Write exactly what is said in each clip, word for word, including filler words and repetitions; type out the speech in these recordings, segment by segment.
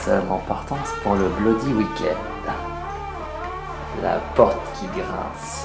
sommes en partance pour le Bloody Weekend. La porte qui grince.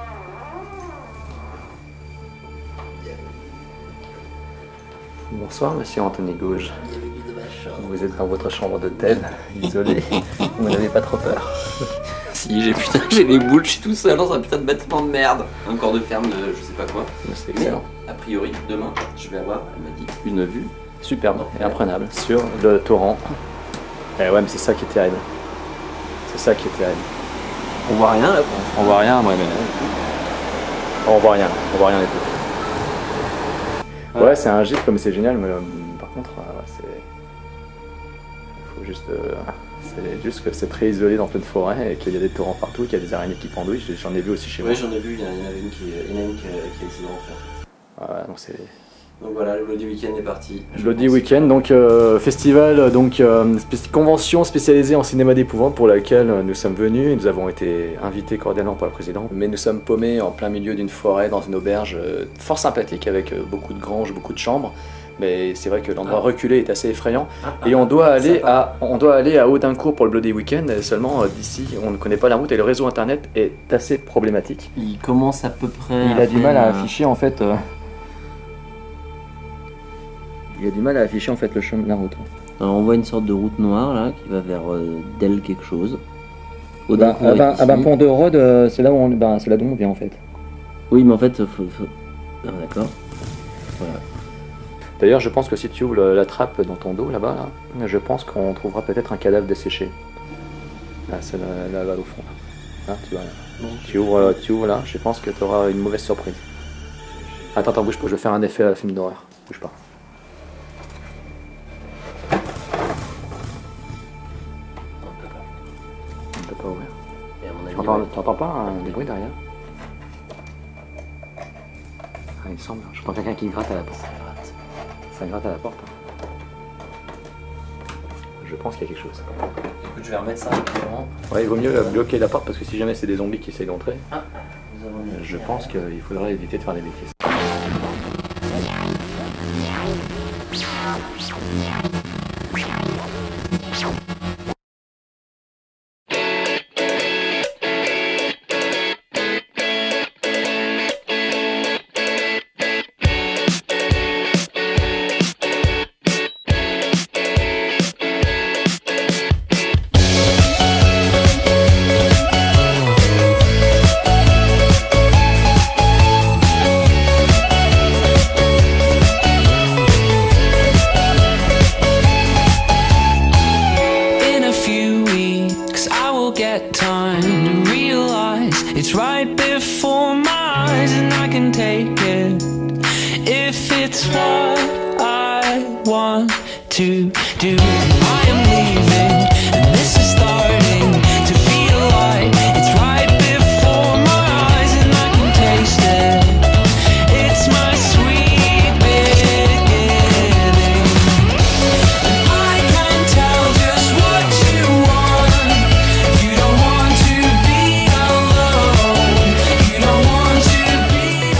Bonsoir monsieur Anthony Gauge. Vous êtes dans votre chambre d'hôtel, isolé. Vous n'avez pas trop peur? Si, j'ai putain, j'ai les boules, je suis tout seul dans un putain de bâtiment de merde. Un corps de ferme de je sais pas quoi. C'est excellent. Mais, a priori, demain, je vais avoir, elle m'a dit, une vue superbe et imprenable sur le torrent. Et ouais, mais c'est ça qui est terrible. C'est ça qui est terrible. On voit rien là. On voit rien, ouais, mais on voit rien, on voit rien du tout. Ouais, ouais c'est un gîte comme c'est génial, mais euh, par contre, euh, c'est. Il faut juste. Euh... C'est juste que c'est très isolé dans pleine forêt et qu'il y a des torrents partout et qu'il y a des araignées qui pendouillent. J'en ai vu aussi chez moi. Oui, j'en ai vu, il y en avait une qui, il y en a une qui, qui a essayé de rentrer. Ouais, donc c'est. Donc voilà, le Bloody Weekend est parti. Bloody Weekend, donc euh, festival, donc euh, spé convention spécialisée en cinéma d'épouvante pour laquelle nous sommes venus et nous avons été invités cordialement par le président. Mais nous sommes paumés en plein milieu d'une forêt dans une auberge euh, fort sympathique avec euh, beaucoup de granges, beaucoup de chambres. Mais c'est vrai que l'endroit ah. reculé est assez effrayant ah, ah, et on doit aller à on doit aller à Audincourt pour le Bloody Weekend. Et seulement euh, d'ici, on ne connaît pas la route et le réseau internet est assez problématique. Il commence à peu près. Il a du mal à afficher en fait. Euh... Il a du mal à afficher en fait le chemin, la route. Alors on voit une sorte de route noire là qui va vers euh, Del quelque chose. Bah, ah bah, ah bah Pont de Rhodes, euh, c'est là où on, bah, c'est là d'où on vient en fait. Oui, mais en fait, faut, faut... Ah, d'accord. Voilà. D'ailleurs, je pense que si tu ouvres la trappe dans ton dos là-bas, là, je pense qu'on trouvera peut-être un cadavre desséché. Là, c'est là, là, là au fond. Là, tu vois. Bon, tu ouvres, tu ouvres là. Je pense que tu auras une mauvaise surprise. Attends, attends, bouge pas. Je vais faire un effet à la film d'horreur. Bouge pas. Pas ouvert. Tu entends, ouais. pas un, des bruits derrière? Ah, il me semble, j'entends quelqu'un qui gratte à la porte. Ça gratte. Ça gratte à la porte. Hein. Je pense qu'il y a quelque chose. Écoute, je vais remettre ça rapidement. Ouais, il vaut mieux bloquer la porte parce que si jamais c'est des zombies qui essayent d'entrer, ah, nous avons je pense qu'il faudrait éviter de faire des bêtises. It's right before my eyes and I can take it if it's what I want to do. I am leaving and this is starting to feel like it's right before my eyes and I can taste it. It's my sweet beginning and I can tell just what you want. You don't want to be alone. You don't want to be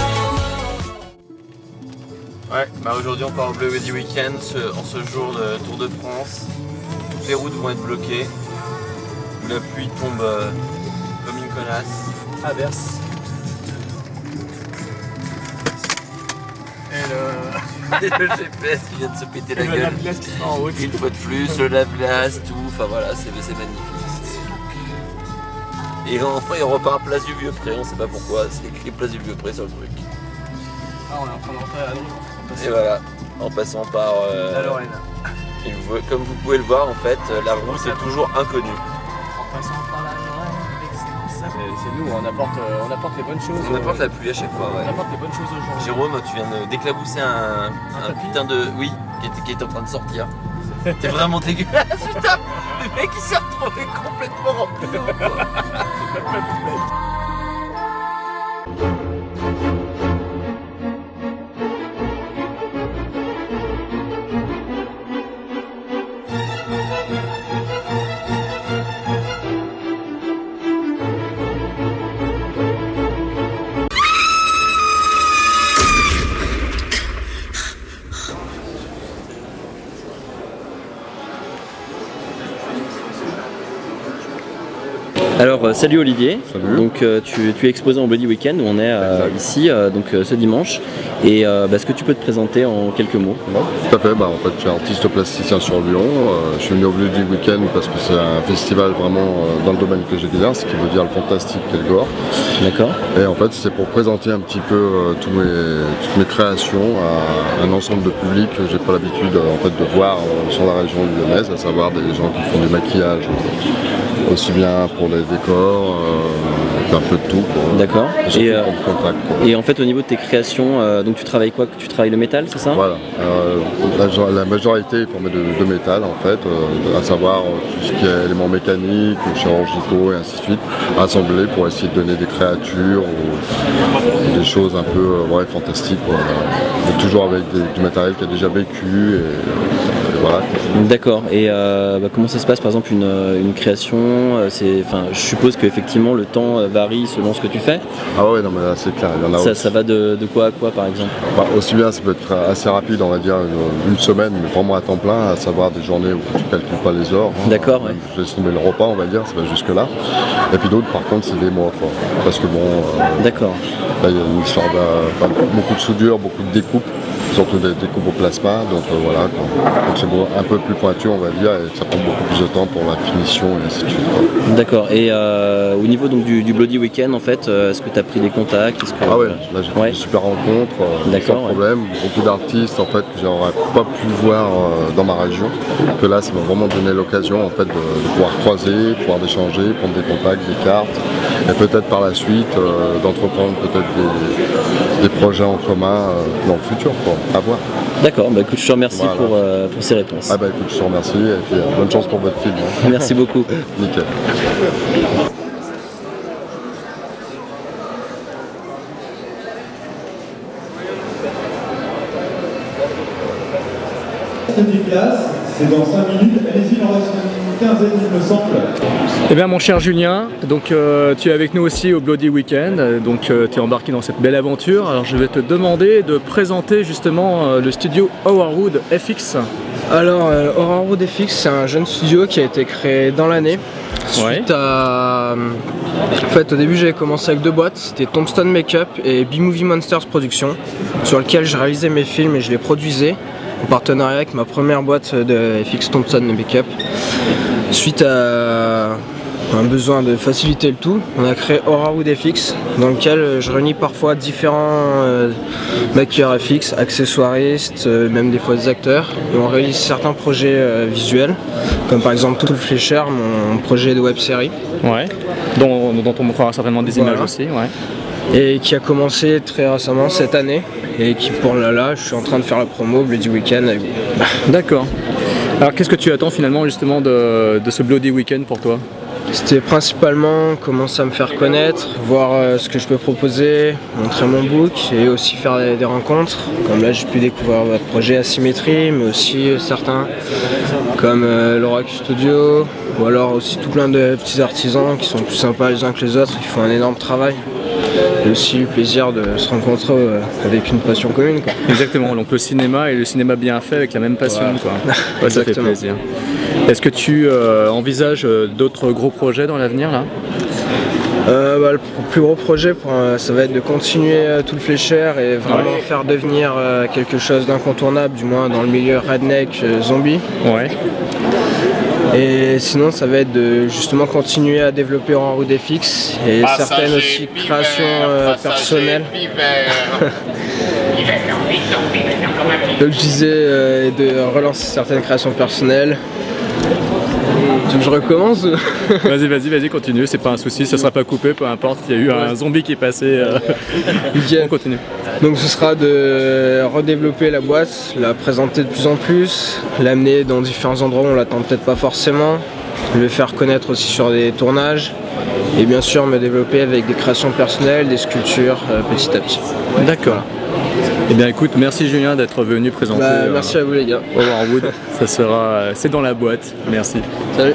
alone. Ouais, bah aujourd'hui on part au Bloody Weekend ce, en ce jour de Tour de France. Toutes les routes vont être bloquées. Où la pluie tombe euh, comme une connasse. Averse. Et le... Et le G P S qui vient de se péter la gueule. Une fois de plus, le lave-glace, tout. Enfin voilà, c'est magnifique. Et enfin il repart place du Vieux-Pré, on sait pas pourquoi. C'est écrit place du Vieux-Pré sur le truc. Ah, on est en train d'entrer à Londres. Et voilà, en passant par euh, la Lorraine. Et vous, comme vous pouvez le voir, en fait, la route est toujours inconnue. En passant par la Lorraine, c'est nous, on apporte, on apporte les bonnes choses. On apporte la pluie à chaque fois, ouais. On apporte les bonnes choses aux gens. Jérôme, tu viens de d'éclabousser un, un, un putain de... Oui, qui est, qui est en train de sortir. T'es vraiment dégueulasse, putain. Le mec il s'est retrouvé complètement rempli d'eau. Alors euh, salut Olivier. Salut. Donc euh, tu, tu es exposé en Bloody Weekend où on est euh, ici euh, donc euh, ce dimanche. Et euh, bah, est-ce que tu peux te présenter en quelques mots? Non, tout à fait. Bah, en fait, je suis artiste plasticien sur Lyon. Euh, je suis venu au Bloody Weekend parce que c'est un festival vraiment euh, dans le domaine que j'exerce, ce qui veut dire le fantastique et le gore. D'accord. Et en fait, c'est pour présenter un petit peu euh, tous mes, toutes mes créations à un ensemble de public que j'ai pas l'habitude euh, en fait, de voir euh, sur la région lyonnaise, à savoir des gens qui font du maquillage euh, aussi bien pour les décors, euh, un peu de tout. D'accord. Et, euh, contact, et en fait, au niveau de tes créations, euh, donc tu travailles quoi? Tu travailles le métal, c'est ça? Voilà. Euh, la, la majorité est formée de, de métal, en fait, euh, à savoir euh, tout ce qui est éléments mécaniques, chirurgicaux et ainsi de suite, assemblés pour essayer de donner des créatures ou des choses un peu euh, ouais, fantastiques, quoi. Mais toujours avec des, du matériel qui a déjà vécu. Et, et voilà. D'accord. Et euh, bah, comment ça se passe, par exemple, une, une création? C'est, enfin, je suppose qu'effectivement le temps varie selon ce que tu fais. Ah ouais, non mais là c'est clair. Il y en a ça, ça va de, de quoi à quoi, par exemple? Enfin, aussi bien, ça peut être assez rapide, on va dire une, une semaine, mais vraiment à temps plein, à savoir des journées où tu ne calcules pas les heures. D'accord. Ouais. Je laisse tomber le repas, on va dire, ça va jusque là. Et puis d'autres, par contre, c'est des mois, quoi. Parce que bon. Euh, D'accord. Là, il y a une histoire de enfin, beaucoup de soudure, beaucoup de découpes. Surtout des découpes au plasma, donc euh, voilà, quoi. Donc c'est bon, un peu plus pointu on va dire, et ça prend beaucoup plus de temps pour la finition et ainsi de suite. D'accord, et euh, au niveau donc, du, du Bloody Weekend en fait, euh, est-ce que tu as pris des contacts? Que, Ah ouais, là j'ai fait ouais. Des super rencontres, euh, sans problème, ouais. Beaucoup d'artistes en fait que j'aurais pas pu voir euh, dans ma région, que là ça m'a vraiment donné l'occasion en fait de, de pouvoir croiser, pouvoir échanger, prendre des contacts, des cartes, et peut-être par la suite euh, d'entreprendre peut-être des, des projets en commun euh, dans le futur, quoi. À voir. D'accord, bah écoute, je te remercie voilà. pour, euh, pour ces réponses. Ah bah écoute, je te remercie et puis euh, bonne chance pour votre film. Hein. Merci beaucoup. Nickel. C'est dans cinq minutes, allez-y, il en reste une quinzaine, il me semble. Eh bien mon cher Julien, donc euh, tu es avec nous aussi au Bloody Weekend, donc euh, tu es embarqué dans cette belle aventure. Alors je vais te demander de présenter justement euh, le studio Horrorwood F X. Alors euh, Horrorwood F X, c'est un jeune studio qui a été créé dans l'année. Suite ouais. à... En fait au début j'avais commencé avec deux boîtes, c'était Tombstone Makeup et B-Movie Monsters Productions, sur lequel je réalisais mes films et je les produisais en partenariat avec ma première boîte de F X Tombstone Makeup. Suite à un besoin de faciliter le tout, on a créé Horrorwood F X, dans lequel je réunis parfois différents euh, maquilleurs F X, accessoiristes, euh, même des fois des acteurs, et on réalise certains projets euh, visuels, comme par exemple Tout le Flécher, mon projet de web série. Ouais. Dont, dont on montrera certainement des voilà. images aussi. Ouais. Et qui a commencé très récemment cette année, et qui pour là, là je suis en train de faire la promo Bloody Weekend avec vous. D'accord. Alors qu'est-ce que tu attends finalement justement de, de ce Bloody Weekend pour toi? C'était principalement commencer à me faire connaître, voir euh, ce que je peux proposer, montrer mon book et aussi faire des, des rencontres. Comme là j'ai pu découvrir votre projet Asymétrie, mais aussi euh, certains comme euh, l'Oracle Studio, ou alors aussi tout plein de petits artisans qui sont plus sympas les uns que les autres, qui font un énorme travail. Et aussi le plaisir de se rencontrer euh, avec une passion commune, quoi. Exactement, donc le cinéma et le cinéma bien fait avec la même passion, ouais. Quoi. Ouais, ça fait plaisir. Est-ce que tu euh, envisages d'autres gros projets dans l'avenir là? Euh, bah, le plus gros projet, pour, euh, ça va être de continuer euh, Tout le Flécher et vraiment ouais. faire devenir euh, quelque chose d'incontournable, du moins dans le milieu redneck euh, zombie. Ouais. Et sinon ça va être de justement continuer à développer Horrorwood F X et passager, certaines aussi créations euh, personnelles. Donc je disais euh, de relancer certaines créations personnelles. Tu veux que je recommence? Vas-y, vas-y, vas-y, continue, c'est pas un souci, ça sera pas coupé, peu importe, il y a eu un zombie qui est passé. Euh... On continue. Donc ce sera de redévelopper la boîte, la présenter de plus en plus, l'amener dans différents endroits où on l'attend peut-être pas forcément, le faire connaître aussi sur des tournages, et bien sûr me développer avec des créations personnelles, des sculptures euh, petit à petit. D'accord. Eh bien écoute, merci Julien d'être venu présenter. Bah, merci euh, à vous les gars. Horrorwood, ça sera, c'est dans la boîte. Merci. Salut.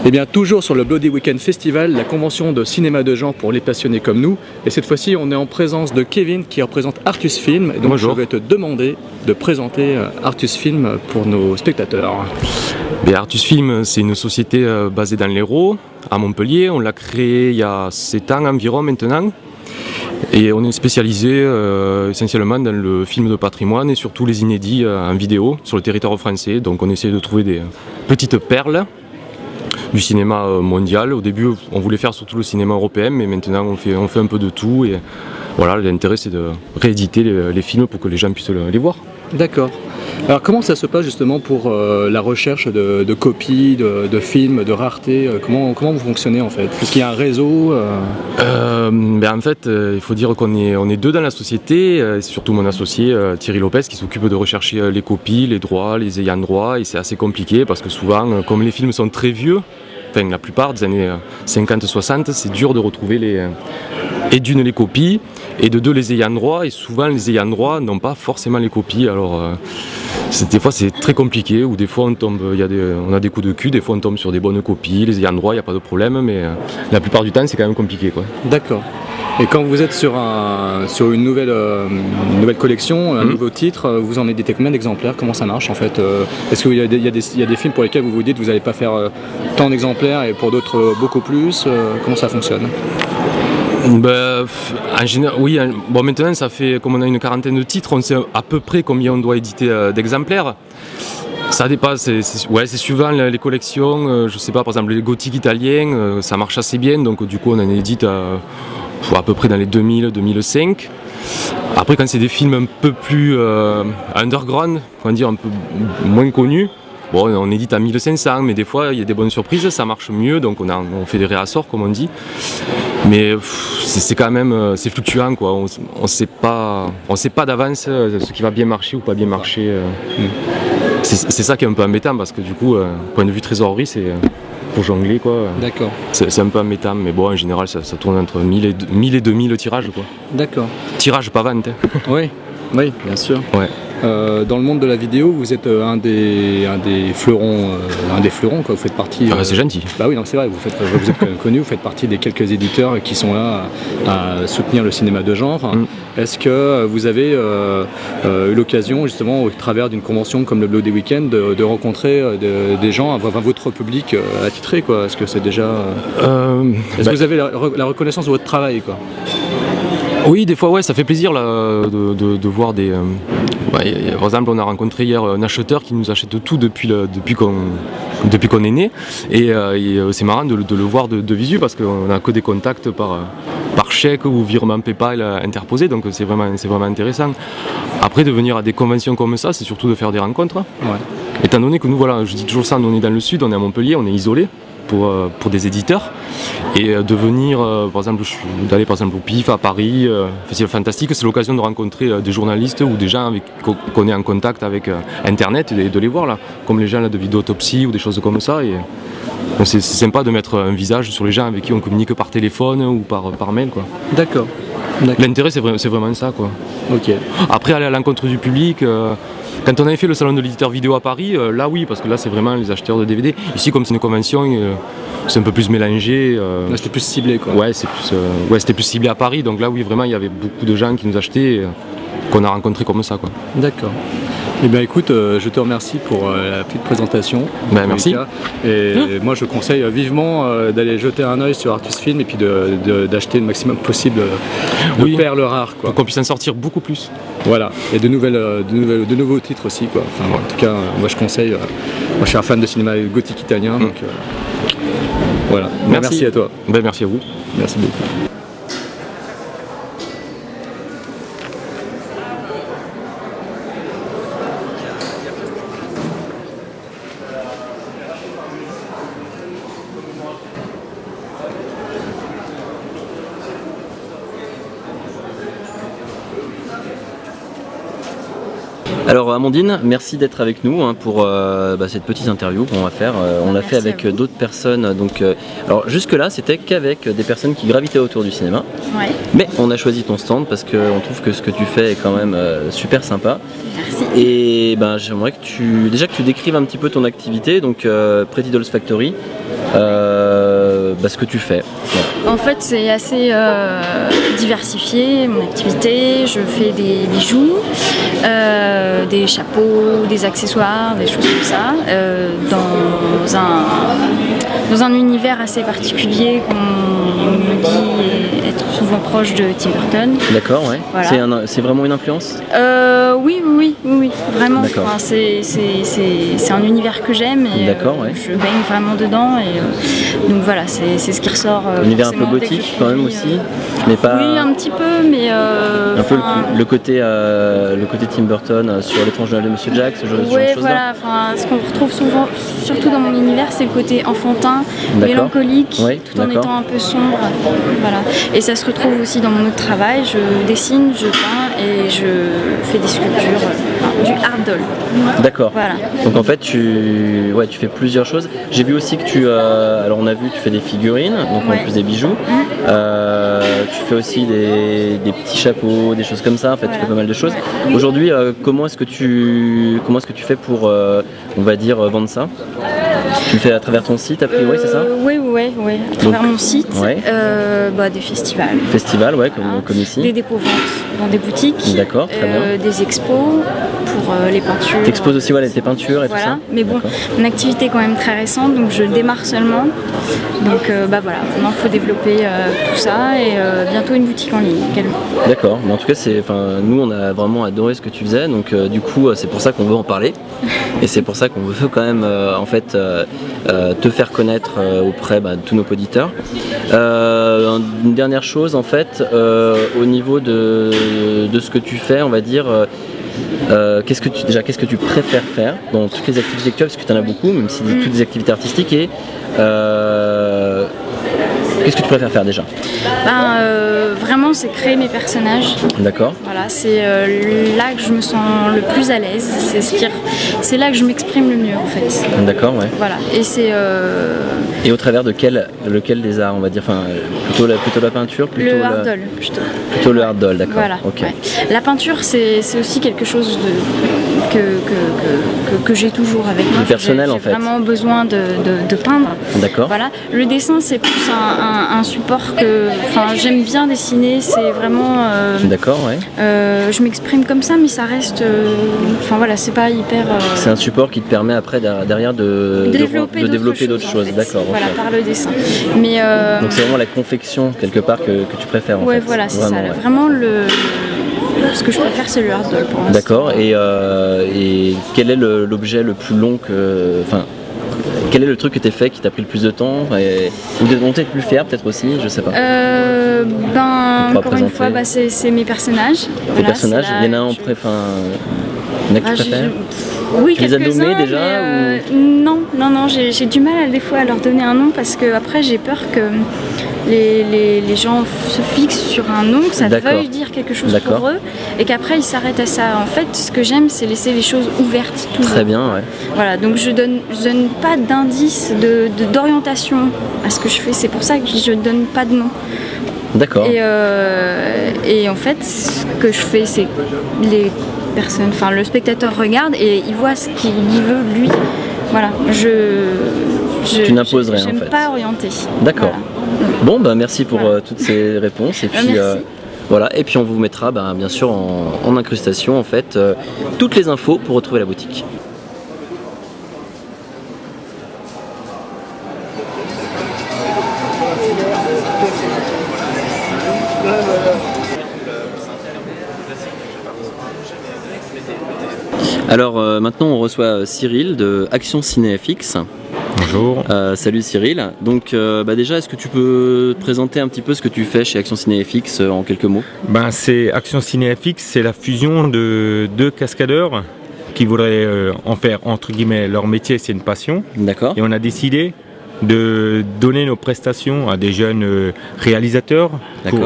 Et bien toujours sur le Bloody Weekend Festival, la convention de cinéma de genre pour les passionnés comme nous. Et cette fois-ci, on est en présence de Kevin qui représente Artus Film. Et donc Bonjour. Je vais te demander de présenter Artus Film pour nos spectateurs. Bien, Artus Film, c'est une société basée dans l'Hérault, à Montpellier. On l'a créée il y a sept ans environ maintenant. Et on est spécialisé euh, essentiellement dans le film de patrimoine et surtout les inédits euh, en vidéo sur le territoire français. Donc on essaie de trouver des petites perles du cinéma mondial. Au début on voulait faire surtout le cinéma européen, mais maintenant on fait, on fait un peu de tout. Et voilà, l'intérêt c'est de rééditer les, les films pour que les gens puissent les voir. D'accord. Alors comment ça se passe justement pour euh, la recherche de, de copies, de, de films, de rareté, comment, comment vous fonctionnez en fait? Est-ce qu'il y a un réseau euh... Euh, ben En fait, euh, il faut dire qu'on est, on est deux dans la société, euh, surtout mon associé euh, Thierry Lopez qui s'occupe de rechercher euh, les copies, les droits, les ayants droit, et c'est assez compliqué parce que souvent, euh, comme les films sont très vieux, enfin la plupart des années cinquante soixante, c'est dur de retrouver les, euh, et d'une les copies, et de deux les ayants droit, et souvent les ayants droit n'ont pas forcément les copies. Alors euh, des fois c'est très compliqué, ou des fois on tombe, y a des, on a des coups de cul, des fois on tombe sur des bonnes copies, les ayants droit, il n'y a pas de problème, mais euh, la plupart du temps c'est quand même compliqué, quoi. D'accord. Et quand vous êtes sur, un, sur une, nouvelle, euh, une nouvelle collection, un mmh. nouveau titre, vous en éditez combien d'exemplaires? Comment ça marche en fait? euh, Est-ce qu'il y, y, y a des films pour lesquels vous vous dites que vous n'allez pas faire euh, tant d'exemplaires et pour d'autres euh, beaucoup plus? euh, Comment ça fonctionne? Ben, en général, oui. Bon, maintenant, ça fait, comme on a une quarantaine de titres, on sait à peu près combien on doit éditer euh, d'exemplaires. Ça dépasse, c'est, c'est, ouais, c'est suivant les collections. Euh, je sais pas, par exemple, les gothiques italiens, euh, ça marche assez bien, donc du coup, on en édite à, à peu près dans les deux mille, deux mille cinq. Après, quand c'est des films un peu plus euh, underground, on va dire un peu moins connus, bon, on édite à mille cinq cents, mais des fois il y a des bonnes surprises, ça marche mieux, donc on, a, on fait des réassorts comme on dit. Mais c'est, c'est quand même c'est fluctuant, quoi. On ne sait pas, on sait pas d'avance ce qui va bien marcher ou pas bien marcher. C'est, c'est ça qui est un peu embêtant parce que du coup, point de vue trésorerie, c'est pour jongler, quoi. D'accord. C'est, c'est un peu embêtant, mais bon, en général, ça, ça tourne entre mille et deux mille tirages, quoi. D'accord. Tirage, pas vente. Hein. Oui, oui, bien sûr. Ouais. Euh, dans le monde de la vidéo, vous êtes un des, un des fleurons, euh, un des fleurons, quoi. Vous faites partie. Ah bah c'est gentil. Bah oui, non, c'est vrai. Vous, faites, vous êtes connu, vous faites partie des quelques éditeurs qui sont là à, à soutenir le cinéma de genre. Mm. Est-ce que vous avez euh, euh, eu l'occasion, justement, au travers d'une convention comme le Bloody Weekend, de, de rencontrer de, des gens, enfin, votre public euh, attitré, quoi? Est-ce que c'est déjà. Euh, Est-ce bah... que vous avez la, la reconnaissance de votre travail, quoi? Oui, des fois, ouais, ça fait plaisir là, de, de, de voir des. Euh, ouais, par exemple, on a rencontré hier un acheteur qui nous achète tout depuis, le, depuis, qu'on, depuis qu'on est né. Et, euh, et c'est marrant de, de le voir de, de visu parce qu'on n'a que des contacts par, par chèque ou virement PayPal interposé. Donc c'est vraiment, c'est vraiment intéressant. Après, de venir à des conventions comme ça, c'est surtout de faire des rencontres. Ouais. Étant donné que nous, voilà, je dis toujours ça, on est dans le sud, on est à Montpellier, on est isolé. Pour, pour des éditeurs et de venir euh, par exemple je suis d'aller par exemple au P I F à Paris, euh, Festival Fantastique, c'est l'occasion de rencontrer euh, des journalistes ou des gens avec, qu'on est en contact avec euh, internet et de les voir là, comme les gens là, de Vidéotopsie ou des choses comme ça. Et donc, c'est, c'est sympa de mettre un visage sur les gens avec qui on communique par téléphone ou par, par mail, quoi. D'accord. D'accord. L'intérêt c'est, vrai, c'est vraiment ça, quoi. Ok. Après aller à l'encontre du public. Euh, Quand on avait fait le salon de l'éditeur vidéo à Paris, euh, là oui, parce que là c'est vraiment les acheteurs de D V D. Ici, comme c'est une convention, euh, c'est un peu plus mélangé. Euh... Là c'était plus ciblé, quoi. Ouais, c'est plus, euh... ouais, c'était plus ciblé à Paris, donc là oui, vraiment il y avait beaucoup de gens qui nous achetaient, euh, qu'on a rencontrés comme ça, quoi. D'accord. Eh bien écoute, euh, je te remercie pour euh, la petite présentation. Ben, merci. Et hein moi je conseille vivement euh, d'aller jeter un œil sur Artus Film et puis de, de, d'acheter le maximum possible de oui. perles rares, quoi. Pour qu'on puisse en sortir beaucoup plus. Voilà, et de, nouvelles, de, nouvelles, de nouveaux titres aussi, quoi. Enfin, en tout cas, euh, moi je conseille, euh, moi je suis un fan de cinéma gothique italien, mmh. donc euh, voilà. Merci. merci à toi. Ben, merci à vous. Merci beaucoup. Alors Amandine, merci d'être avec nous hein, pour euh, bah, cette petite interview qu'on va faire. Euh, on l'a fait avec d'autres personnes. Donc, euh, alors jusque là c'était qu'avec des personnes qui gravitaient autour du cinéma. Ouais. Mais on a choisi ton stand parce qu'on trouve que ce que tu fais est quand même euh, super sympa. Merci. Et ben, j'aimerais que tu déjà que tu décrives un petit peu ton activité, donc euh, Pretty Dolls Factory, euh, bah, ce que tu fais. Voilà. En fait c'est assez euh, diversifié mon activité. Je fais des bijoux, euh, des chapeaux, des accessoires, des choses comme ça, euh, dans un dans un univers assez particulier qu'on me dit être souvent proche de Tim Burton. D'accord, ouais. Voilà. C'est vraiment une influence euh, Oui, oui, oui, oui, vraiment. Enfin, c'est un univers que j'aime et euh, ouais. je baigne vraiment dedans. Et, euh, donc voilà, c'est ce qui ressort. Euh, univers un peu gothique quand même aussi, euh, mais pas. Oui, un petit peu, mais. Euh, un peu le, le côté, euh, le côté Tim Burton sur l'étrange Noël de Monsieur Jack, ce genre, ouais, ce genre de choses. Voilà. Enfin, ce qu'on retrouve souvent, surtout dans mon univers, c'est le côté enfantin, mélancolique, ouais, tout en étant un peu sombre. Voilà. Et ça se retrouve aussi dans mon autre travail. Je dessine, je peins et je fais des sculptures, enfin, du art doll. D'accord. Voilà. Donc en fait, tu, ouais, tu fais plusieurs choses. J'ai vu aussi que tu, euh, alors on a vu, tu fais des figurines, donc ouais. en plus des bijoux. Mmh. Euh, tu fais aussi des, des petits chapeaux, des choses comme ça. En fait, voilà. Tu fais pas mal de choses. Ouais. Aujourd'hui, euh, comment est-ce que tu, comment est-ce que tu fais pour, euh, on va dire, vendre ça? Tu le fais à travers ton site, a priori, euh, c'est ça? Oui, oui, oui. À travers Donc, mon site, ouais. euh, bah, des festivals. Festivals, ouais, comme, voilà. comme ici. Des dépôts-ventes dans des boutiques. D'accord, très euh, bien. Des expos pour euh, les peintures. Tu exposes aussi ouais, tes peintures et voilà. tout ça? Mais bon, mon activité est quand même très récente, donc je démarre seulement. Donc euh, bah voilà, maintenant il faut développer euh, tout ça et euh, bientôt une boutique en ligne également. D'accord, mais en tout cas, nous on a vraiment adoré ce que tu faisais, donc euh, du coup c'est pour ça qu'on veut en parler. Et c'est pour ça qu'on veut quand même euh, en fait euh, euh, te faire connaître euh, auprès bah, de tous nos auditeurs. Euh, une dernière chose en fait, euh, au niveau de, de ce que tu fais, on va dire, euh, euh, qu'est-ce que tu, déjà qu'est-ce que tu préfères faire dans toutes les activités que tu as, parce que tu en as beaucoup, même si c'est toutes des activités artistiques, et euh, qu'est-ce que tu préfères faire déjà? Ben, euh, vraiment c'est créer mes personnages. D'accord. Voilà, c'est euh, là que je me sens le plus à l'aise, c'est ce qui, c'est là que je m'exprime le mieux en fait. D'accord, ouais. Voilà, et c'est... Euh... Et au travers de quel, lequel des arts, on va dire, enfin, plutôt la, plutôt la peinture, plutôt le la... hard doll, plutôt. Plutôt le hard doll, d'accord. Voilà. Okay. Ouais. La peinture, c'est aussi quelque chose de, que, que, que, que, que j'ai toujours avec moi. Du personnel en fait. J'ai vraiment besoin de, de, de peindre. D'accord. Voilà. Le dessin, c'est plus un, un, un support que, enfin, j'aime bien dessiner. C'est vraiment. Euh, D'accord, ouais. Euh, je m'exprime comme ça, mais ça reste. Enfin euh, voilà, c'est pas hyper. Euh, c'est un support qui te permet après derrière de, de développer d'autres choses. choses. D'accord. Voilà, okay. par le dessin. Mais euh, donc c'est vraiment la confection quelque part que, que tu préfères. En ouais, fait. voilà, c'est ça. Ouais. Vraiment le. Ce que je préfère, c'est le hard doll pour l'instant. D'accord. Et, euh, et quel est l'objet le, le plus long que. Enfin, quel est le truc que tu as fait qui t'a pris le plus de temps et, ou dont tu es le plus fier peut-être aussi, je sais pas. Euh, ben, encore une fois, bah, c'est mes personnages. Tes voilà, personnages, il y en a un en je... préfère. Il y en a que tu préfères? Oui, tu les as nommés déjà euh, ou... Non, non, non, j'ai du mal à, des fois à leur donner un nom parce que après j'ai peur que les, les, les gens se fixent sur un nom, que ça veuille dire quelque chose pour eux et qu'après ils s'arrêtent à ça. En fait, ce que j'aime, c'est laisser les choses ouvertes toujours. Très bien, ouais. Voilà, donc je donne, je donne pas d'indice d'orientation de, de, à ce que je fais, c'est pour ça que je donne pas de nom. D'accord. Et, euh, et en fait, ce que je fais, c'est les personnes, enfin le spectateur regarde et il voit ce qu'il veut lui. Voilà, je. je tu n'imposes rien en fait. J'aime pas orienter. D'accord. Voilà. Bon, bah merci pour voilà. euh, toutes ces réponses et puis. Euh, voilà, et puis on vous mettra bah, bien sûr en, en incrustation en fait euh, toutes les infos pour retrouver la boutique. Alors euh, maintenant on reçoit Cyril de Action Ciné F X. Bonjour. Euh, salut Cyril. Donc euh, bah déjà est-ce que tu peux te présenter un petit peu ce que tu fais chez Action Ciné F X euh, en quelques mots? Ben, c'est Action Ciné F X, c'est la fusion de deux cascadeurs qui voudraient euh, en faire entre guillemets leur métier, c'est une passion. D'accord. Et on a décidé de donner nos prestations à des jeunes euh, réalisateurs pour,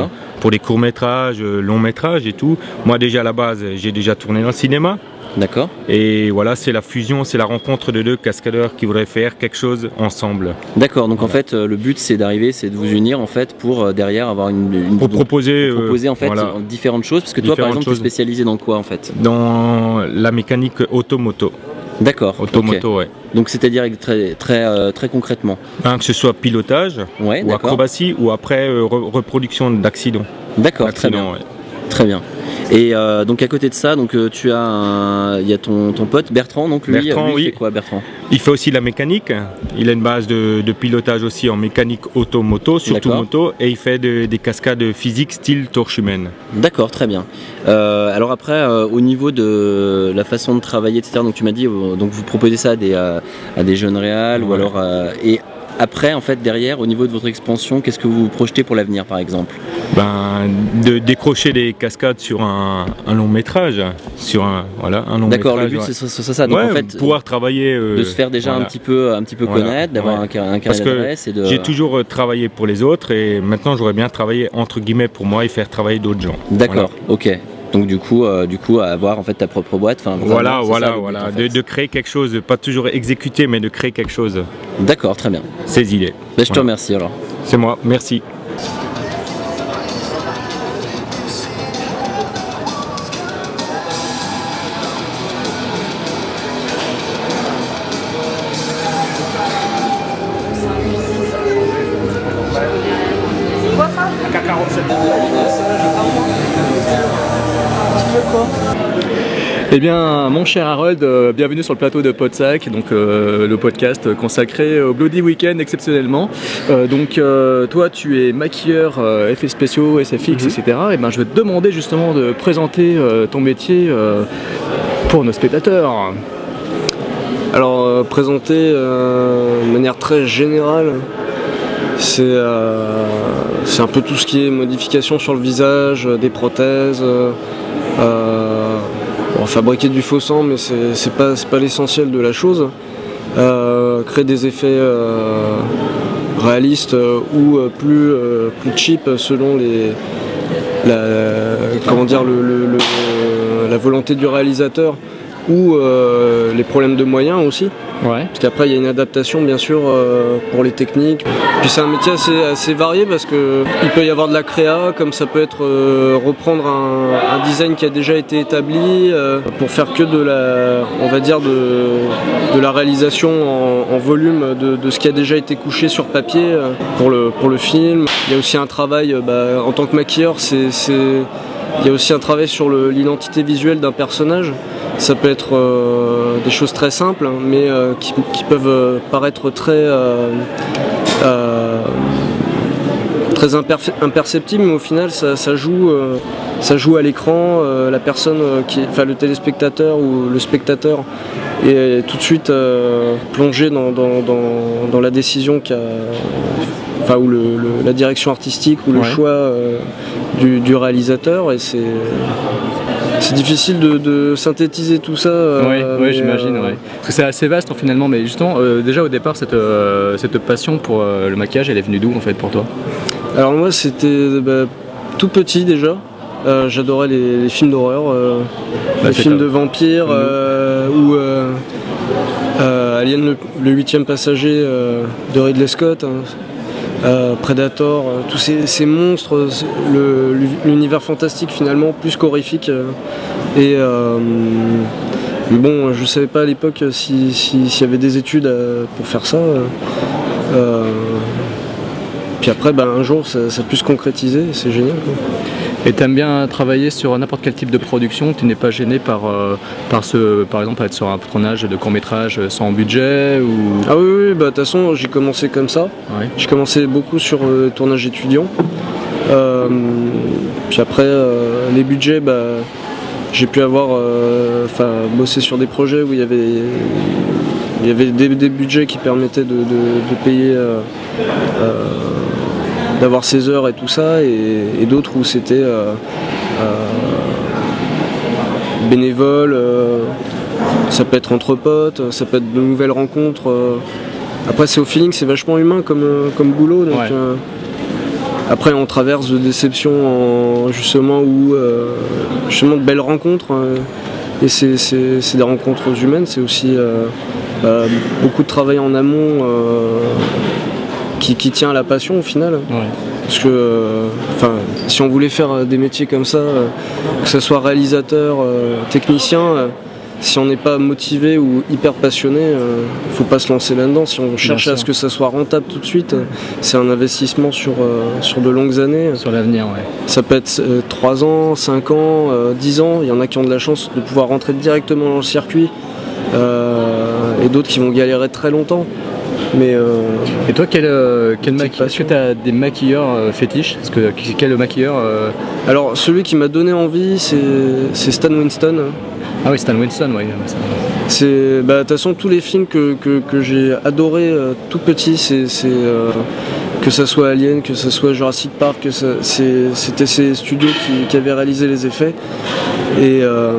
pour des courts-métrages, longs-métrages et tout. Moi déjà à la base, j'ai déjà tourné dans le cinéma. D'accord. Et voilà, c'est la fusion, c'est la rencontre de deux cascadeurs qui voudraient faire quelque chose ensemble. D'accord, donc voilà. En fait, euh, le but c'est d'arriver, c'est de vous unir en fait pour euh, derrière avoir une, une pour proposer, pour proposer en fait voilà. différentes choses. Parce que toi, par exemple, tu es spécialisé dans quoi en fait? Dans la mécanique automoto. D'accord. Automoto, okay. ouais. Donc c'est-à-dire très très euh, très concrètement. Ben, que ce soit pilotage, ouais, ou acrobatie, ou après euh, re reproduction d'accidents. D'accord, très bien. Ouais. Très bien. Et euh, donc à côté de ça, donc euh, tu as, un... il y a ton, ton pote Bertrand, donc lui, Bertrand, lui oui. il fait quoi Bertrand? Il fait aussi la mécanique. Il a une base de, de pilotage aussi en mécanique auto-moto, surtout moto, et il fait de, des cascades physiques style torche humaine. D'accord, très bien. Euh, alors après, euh, au niveau de la façon de travailler, et cetera. Donc tu m'as dit, euh, donc vous proposez ça à des, à, à des jeunes réals, ouais. ou alors euh, et après, en fait, derrière, au niveau de votre expansion, qu'est-ce que vous projetez pour l'avenir, par exemple? Ben, de décrocher des cascades sur un, un long métrage, sur un voilà un long D'accord, métrage. D'accord, le but ouais. c'est ça. Donc ouais, en fait, pouvoir travailler, euh, de se faire déjà voilà. un petit peu, un petit peu voilà. connaître, d'avoir ouais. un, un carnet d'adresse. De... J'ai toujours travaillé pour les autres et maintenant j'aurais bien travaillé entre guillemets pour moi et faire travailler d'autres gens. D'accord, voilà. ok. Donc du coup, euh, du coup, avoir en fait ta propre boîte. Voilà, voilà, ça, voilà, but, en fait. de, de créer quelque chose, pas toujours exécuter, mais de créer quelque chose. D'accord, très bien. Ces idées. Ben, je voilà. te remercie alors. C'est moi, merci. Eh bien, mon cher Harold, euh, bienvenue sur le plateau de Podsac, donc euh, le podcast consacré au Bloody Weekend exceptionnellement. Euh, donc, euh, toi, tu es maquilleur, euh, effets spéciaux, S F X, mm-hmm. et cetera. Et ben, je vais te demander justement de présenter euh, ton métier euh, pour nos spectateurs. Alors, euh, présenter euh, de manière très générale, c'est euh, un peu tout ce qui est modification sur le visage, des prothèses. Euh, Bon, fabriquer du faux sang, mais c'est pas, pas l'essentiel de la chose. Euh, créer des effets euh, réalistes euh, ou euh, plus, euh, plus cheap selon les, la, comment dire, le, le, le, la volonté du réalisateur ou euh, les problèmes de moyens aussi. Ouais. Parce qu'après il y a une adaptation bien sûr euh, pour les techniques. Puis c'est un métier assez, assez varié parce que il peut y avoir de la créa, comme ça peut être euh, reprendre un, un design qui a déjà été établi euh, pour faire que de la, on va dire de, de la réalisation en, en volume de, de ce qui a déjà été couché sur papier euh, pour le, pour le film. Il y a aussi un travail, bah, en tant que maquilleur, c'est, c'est, il y a aussi un travail sur l'identité visuelle d'un personnage. Ça peut être euh, des choses très simples, hein, mais euh, qui, qui peuvent euh, paraître très, euh, euh, très imperceptibles, mais au final ça, ça, joue, euh, ça joue à l'écran. Euh, la personne, euh, qui, enfin le téléspectateur ou le spectateur est tout de suite euh, plongé dans, dans, dans, dans la décision qu'a, enfin, ou le, le, la direction artistique ou le ouais. choix euh, du, du réalisateur, et c'est C'est difficile de, de synthétiser tout ça. Euh, oui, oui j'imagine. Euh... Ouais. Parce que c'est assez vaste hein, finalement, mais justement, euh, déjà au départ, cette, euh, cette passion pour euh, le maquillage, elle est venue d'où en fait pour toi? Alors moi, c'était bah, tout petit déjà. Euh, J'adorais les, les films d'horreur, euh, bah, les films de vampires, euh, ou euh, euh, Alien le huitième passager euh, de Ridley Scott. Hein. Euh, Predator, euh, tous ces, ces monstres, l'univers fantastique finalement, plus qu'horrifique. Euh, et euh, mais bon, je savais pas à l'époque s'il si, si y avait des études à, pour faire ça. Euh, puis après, bah, un jour, ça, ça a pu se concrétiser, c'est génial, quoi. Et tu aimes bien travailler sur n'importe quel type de production? Tu n'es pas gêné par, euh, par, ce, par exemple, être sur un tournage de court-métrage sans budget ou... Ah oui, oui, bah de toute façon, j'ai commencé comme ça. Ouais. J'ai commencé beaucoup sur le euh, tournage étudiant. Euh, puis après, euh, les budgets, bah, j'ai pu avoir, enfin, euh, bosser sur des projets où il y avait, il y avait des, des budgets qui permettaient de, de, de payer... Euh, euh, d'avoir ses heures et tout ça, et, et d'autres où c'était euh, euh, bénévole, euh, ça peut être entre potes, ça peut être de nouvelles rencontres. Euh. Après c'est au feeling, c'est vachement humain comme, comme boulot, donc, ouais. euh, après on traverse de déceptions en, justement où euh, justement de belles rencontres euh, et c'est des rencontres humaines, c'est aussi euh, euh, beaucoup de travail en amont euh, qui, qui tient à la passion au final. Ouais. Parce que euh, enfin, si on voulait faire des métiers comme ça, euh, que ce soit réalisateur, euh, technicien, euh, si on n'est pas motivé ou hyper passionné, il euh, ne faut pas se lancer là-dedans. Si on cherche à ce que ça soit rentable tout de suite, euh, c'est un investissement sur, euh, sur de longues années. Sur l'avenir, ouais. Ça peut être euh, trois ans, cinq ans, euh, dix ans. Il y en a qui ont de la chance de pouvoir rentrer directement dans le circuit euh, et d'autres qui vont galérer très longtemps. Mais euh, et toi, quel, euh, quel maquilleur, est-ce que tu as des maquilleurs euh, fétiches? Est-ce que quel maquilleur euh... Alors celui qui m'a donné envie, c'est Stan Winston. Ah oui, Stan Winston, oui. C'est, bah, de toute façon, tous les films que, que, que j'ai adorés euh, tout petit, c'est euh, que ça soit Alien, que ça soit Jurassic Park, que c'était ces studios qui, qui avaient réalisé les effets. Et euh,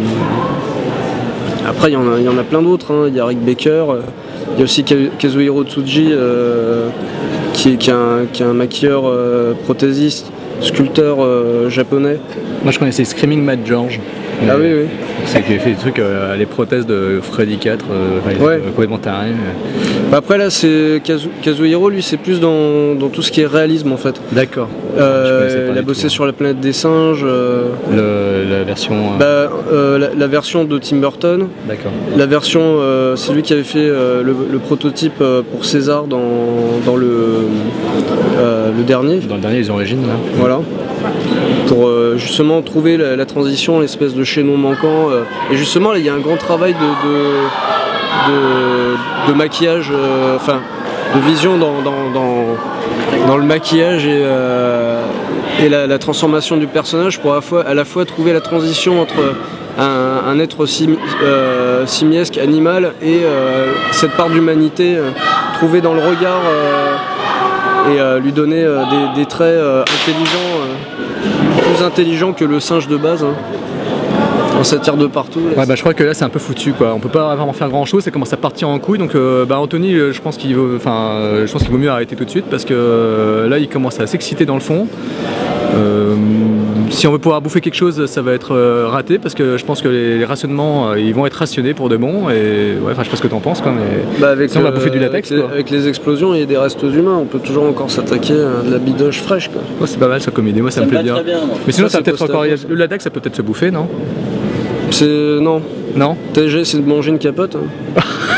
après, il y, y en a plein d'autres. Hein. Il y a Rick Baker. Il y a aussi Kazuhiro Tsuji euh, qui, est, qui, est un, qui est un maquilleur euh, prothésiste, sculpteur euh, japonais. Moi je connaissais Screaming Mad George. Ah oui, oui. C'est qui a fait des trucs, euh, les prothèses de Freddy quatre, euh, ouais. complètement taré. Bah après là, c'est Kazu, Kazuhiro, lui, c'est plus dans, dans tout ce qui est réalisme en fait. D'accord. Euh, il a bossé tout, sur la planète des singes. Euh, Le, la version. Euh... Bah, euh, la, la version de Tim Burton. D'accord. La version, euh, c'est lui qui avait fait euh, le, le prototype pour César dans, dans le, euh, le dernier. Dans le dernier, les origines. Là. Voilà. Pour euh, justement trouver la, la transition, l'espèce de chaînon manquant. Euh, et justement, là, il y a un grand travail de, de, de, de maquillage, enfin, euh, de vision dans, dans, dans, dans le maquillage et, euh, et la, la transformation du personnage pour à la fois, à la fois trouver la transition entre un, un être sim, euh, simiesque, animal, et euh, cette part d'humanité euh, trouvée dans le regard euh, et euh, lui donner euh, des, des traits euh, intelligents. Euh, plus intelligent que le singe de base. Hein. On s'attire de partout. Ouais, bah, je crois que là c'est un peu foutu quoi. On peut pas vraiment faire grand chose, ça commence à partir en couille. Donc euh, bah, Anthony, je pense qu'il vaut, enfin, je pense qu'il vaut mieux arrêter tout de suite parce que euh, là il commence à s'exciter dans le fond. Euh, si on veut pouvoir bouffer quelque chose, ça va être euh, raté parce que je pense que les, les rationnements euh, ils vont être rationnés pour de bon. Et ouais, enfin je sais pas ce que t'en penses quoi, mais bah avec, si on va bouffer du latex. Avec, quoi. Les, avec les explosions et des restes humains, on peut toujours encore s'attaquer à de la bidoche fraîche quoi. Oh, c'est pas mal ça comme idée, moi ça, ça me plaît bien. bien mais sinon ça, ça peut-être encore le latex, ça peut peut-être se bouffer, non? C'est non. Non. T G, c'est de manger une capote. Hein.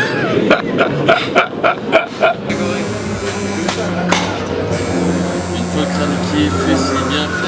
Une fois craniqué, fait, c'est bien fait.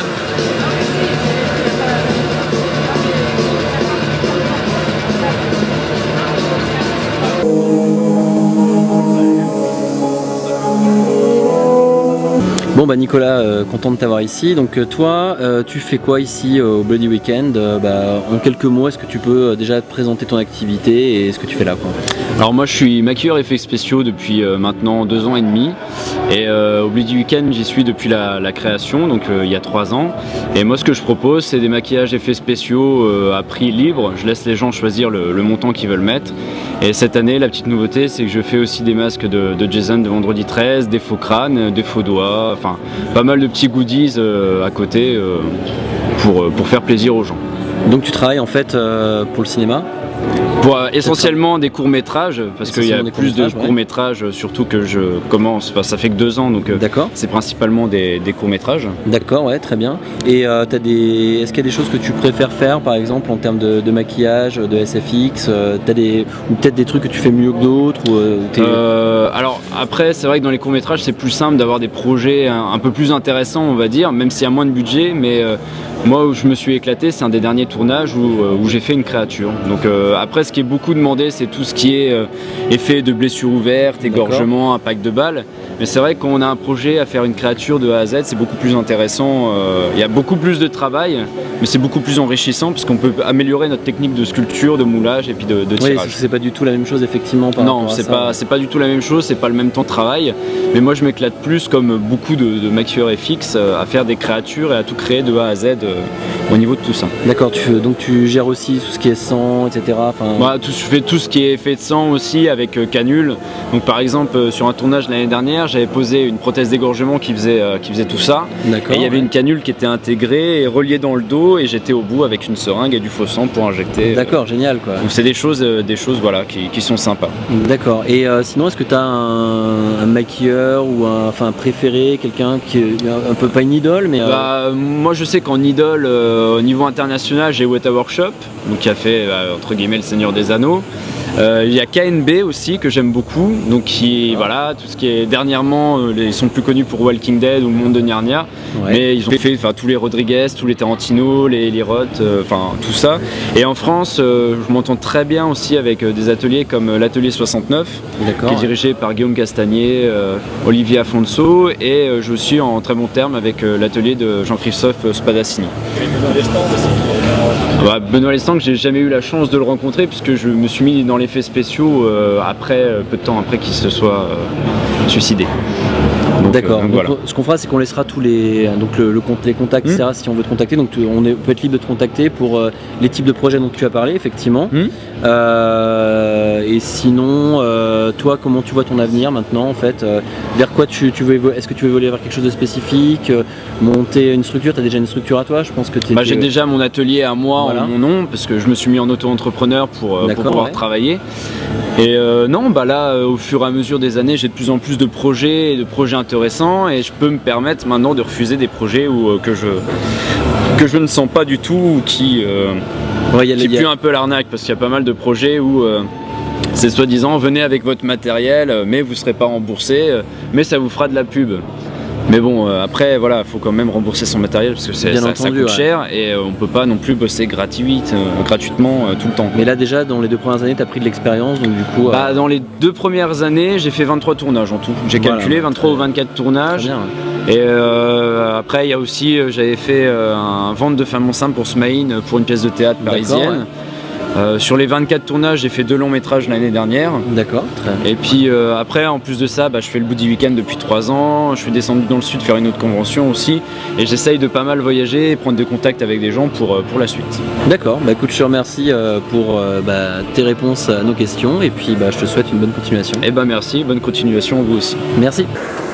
Bon bah Nicolas, euh, content de t'avoir ici. Donc euh, toi, euh, tu fais quoi ici euh, au Bloody Weekend? euh, bah, En quelques mots, est-ce que tu peux euh, déjà te présenter ton activité et ce que tu fais là quoi? Alors moi je suis maquilleur effets spéciaux depuis euh, maintenant deux ans et demi. Et euh, au Bloody Weekend j'y suis depuis la, la création, donc euh, il y a trois ans. Et moi ce que je propose c'est des maquillages effets spéciaux euh, à prix libre. Je laisse les gens choisir le, le montant qu'ils veulent mettre. Et cette année la petite nouveauté c'est que je fais aussi des masques de, de Jason de Vendredi treize, des faux crânes, des faux doigts, enfin pas mal de petits goodies euh, à côté euh, pour, pour faire plaisir aux gens. Donc tu travailles en fait euh, pour le cinéma? Pour euh, essentiellement des courts-métrages, parce qu'il y a plus de courts-métrages, ouais. Surtout que je commence, enfin, ça fait que deux ans, donc euh, c'est principalement des, des courts-métrages. D'accord, ouais, très bien. Et euh, t'as des... est-ce qu'il y a des choses que tu préfères faire, par exemple, en termes de, de maquillage, de S F X, euh, t'as des... ou peut-être des trucs que tu fais mieux que d'autres ou, euh, euh, Alors après, c'est vrai que dans les courts-métrages, c'est plus simple d'avoir des projets un, un peu plus intéressants, on va dire, même s'il y a moins de budget, mais euh, moi où je me suis éclaté, c'est un des derniers tournages où, euh, où j'ai fait une créature. Donc euh, après, ce qui est beaucoup demandé, c'est tout ce qui est euh, effet de blessure ouverte, égorgement, impact de balle. Mais c'est vrai que quand on a un projet à faire une créature de A à Z, c'est beaucoup plus intéressant. Euh, il y a beaucoup plus de travail, mais c'est beaucoup plus enrichissant parce qu'on peut améliorer notre technique de sculpture, de moulage et puis de, de tirage. Oui, c'est pas du tout la même chose effectivement. Par non, c'est pas, c'est pas du tout la même chose, c'est pas le même temps de travail. Mais moi, je m'éclate plus, comme beaucoup de, de maquilleurs F X, à faire des créatures et à tout créer de A à Z euh, au niveau de tout ça. D'accord. Tu, donc tu gères aussi tout ce qui est sang, et cetera. Enfin... Bah, tout, je fais tout ce qui est effet de sang aussi avec euh, canule. Donc par exemple, euh, sur un tournage l'année dernière, derrière j'avais posé une prothèse d'égorgement qui faisait, euh, qui faisait tout ça. Et il y avait une canule qui était intégrée et reliée dans le dos et j'étais au bout avec une seringue et du faux sang pour injecter. D'accord, génial quoi. Donc c'est des choses, euh, des choses voilà, qui, qui sont sympas. D'accord. Et euh, sinon, est-ce que tu as un, un maquilleur ou un, enfin, un préféré, quelqu'un qui est un peu pas une idole mais... Euh... Bah, moi je sais qu'en idole, euh, au niveau international, j'ai Weta Workshop, donc qui a fait euh, entre guillemets le Seigneur des Anneaux. Euh, il y a K N B aussi que j'aime beaucoup, donc qui voilà tout ce qui est dernièrement euh, ils sont plus connus pour Walking Dead ou le monde de Narnia, ouais. Mais ils ont fait enfin tous les Rodriguez, tous les Tarantino, les, les Roth, enfin euh, tout ça. Et en France, euh, je m'entends très bien aussi avec euh, des ateliers comme euh, l'atelier soixante-neuf, qui est dirigé par Guillaume Castagnier, euh, Olivier Afonso, et euh, je suis en très bon terme avec euh, l'atelier de Jean-Christophe Spadassini. Ah bah, Benoît Lestang, j'ai jamais eu la chance de le rencontrer puisque je me suis mis dans l'effet spéciaux euh, après, euh, peu de temps après qu'il se soit euh, suicidé. D'accord. Euh, voilà. Ce qu'on fera, c'est qu'on laissera tous les, donc le, le, les contacts, mmh. et cetera, si on veut te contacter. Donc tu, on, est, on peut être libre de te contacter pour euh, les types de projets dont tu as parlé, effectivement. Mmh. Euh, et sinon, euh, toi, comment tu vois ton avenir maintenant, en fait euh, vers quoi tu, tu veux évoluer? Est-ce que tu veux évoluer vers quelque chose de spécifique, euh, monter une structure? Tu as déjà une structure à toi? Je pense que tu bah, j'ai déjà mon atelier à moi, voilà. En mon nom, parce que je me suis mis en auto-entrepreneur pour, euh, pour pouvoir ouais. travailler. Et euh, non, bah là, euh, au fur et à mesure des années, j'ai de plus en plus de projets et de projets intéressants, et je peux me permettre maintenant de refuser des projets où, euh, que, je, que je ne sens pas du tout, ou qui, euh, ouais, qui puent un peu l'arnaque, parce qu'il y a pas mal de projets où euh, c'est soi-disant venez avec votre matériel, mais vous ne serez pas remboursé, mais ça vous fera de la pub. Mais bon, euh, après, voilà, il faut quand même rembourser son matériel parce que ça, ça coûte ouais. cher et euh, on peut pas non plus bosser gratuit, euh, gratuitement euh, tout le temps. Mais là, déjà, dans les deux premières années, tu as pris de l'expérience, donc du coup... Euh... Bah, dans les deux premières années, j'ai fait vingt-trois tournages en tout. J'ai voilà, calculé vingt-trois ou vingt-quatre tournages. Bien, ouais. Et euh, après, il y a aussi, euh, j'avais fait euh, un vente de Femme enceinte pour Smaïn pour une pièce de théâtre parisienne. Ouais. Euh, sur les vingt-quatre tournages, j'ai fait deux longs métrages l'année dernière. D'accord, très bien. Et puis euh, après, en plus de ça, bah, je fais le Buddy Weekend depuis trois ans. Je suis descendu dans le sud faire une autre convention aussi. Et j'essaye de pas mal voyager et prendre des contacts avec des gens pour, pour la suite. D'accord, bah, écoute, je te remercie euh, pour euh, bah, tes réponses à nos questions. Et puis bah, je te souhaite une bonne continuation. Et bah merci, bonne continuation à vous aussi. Merci.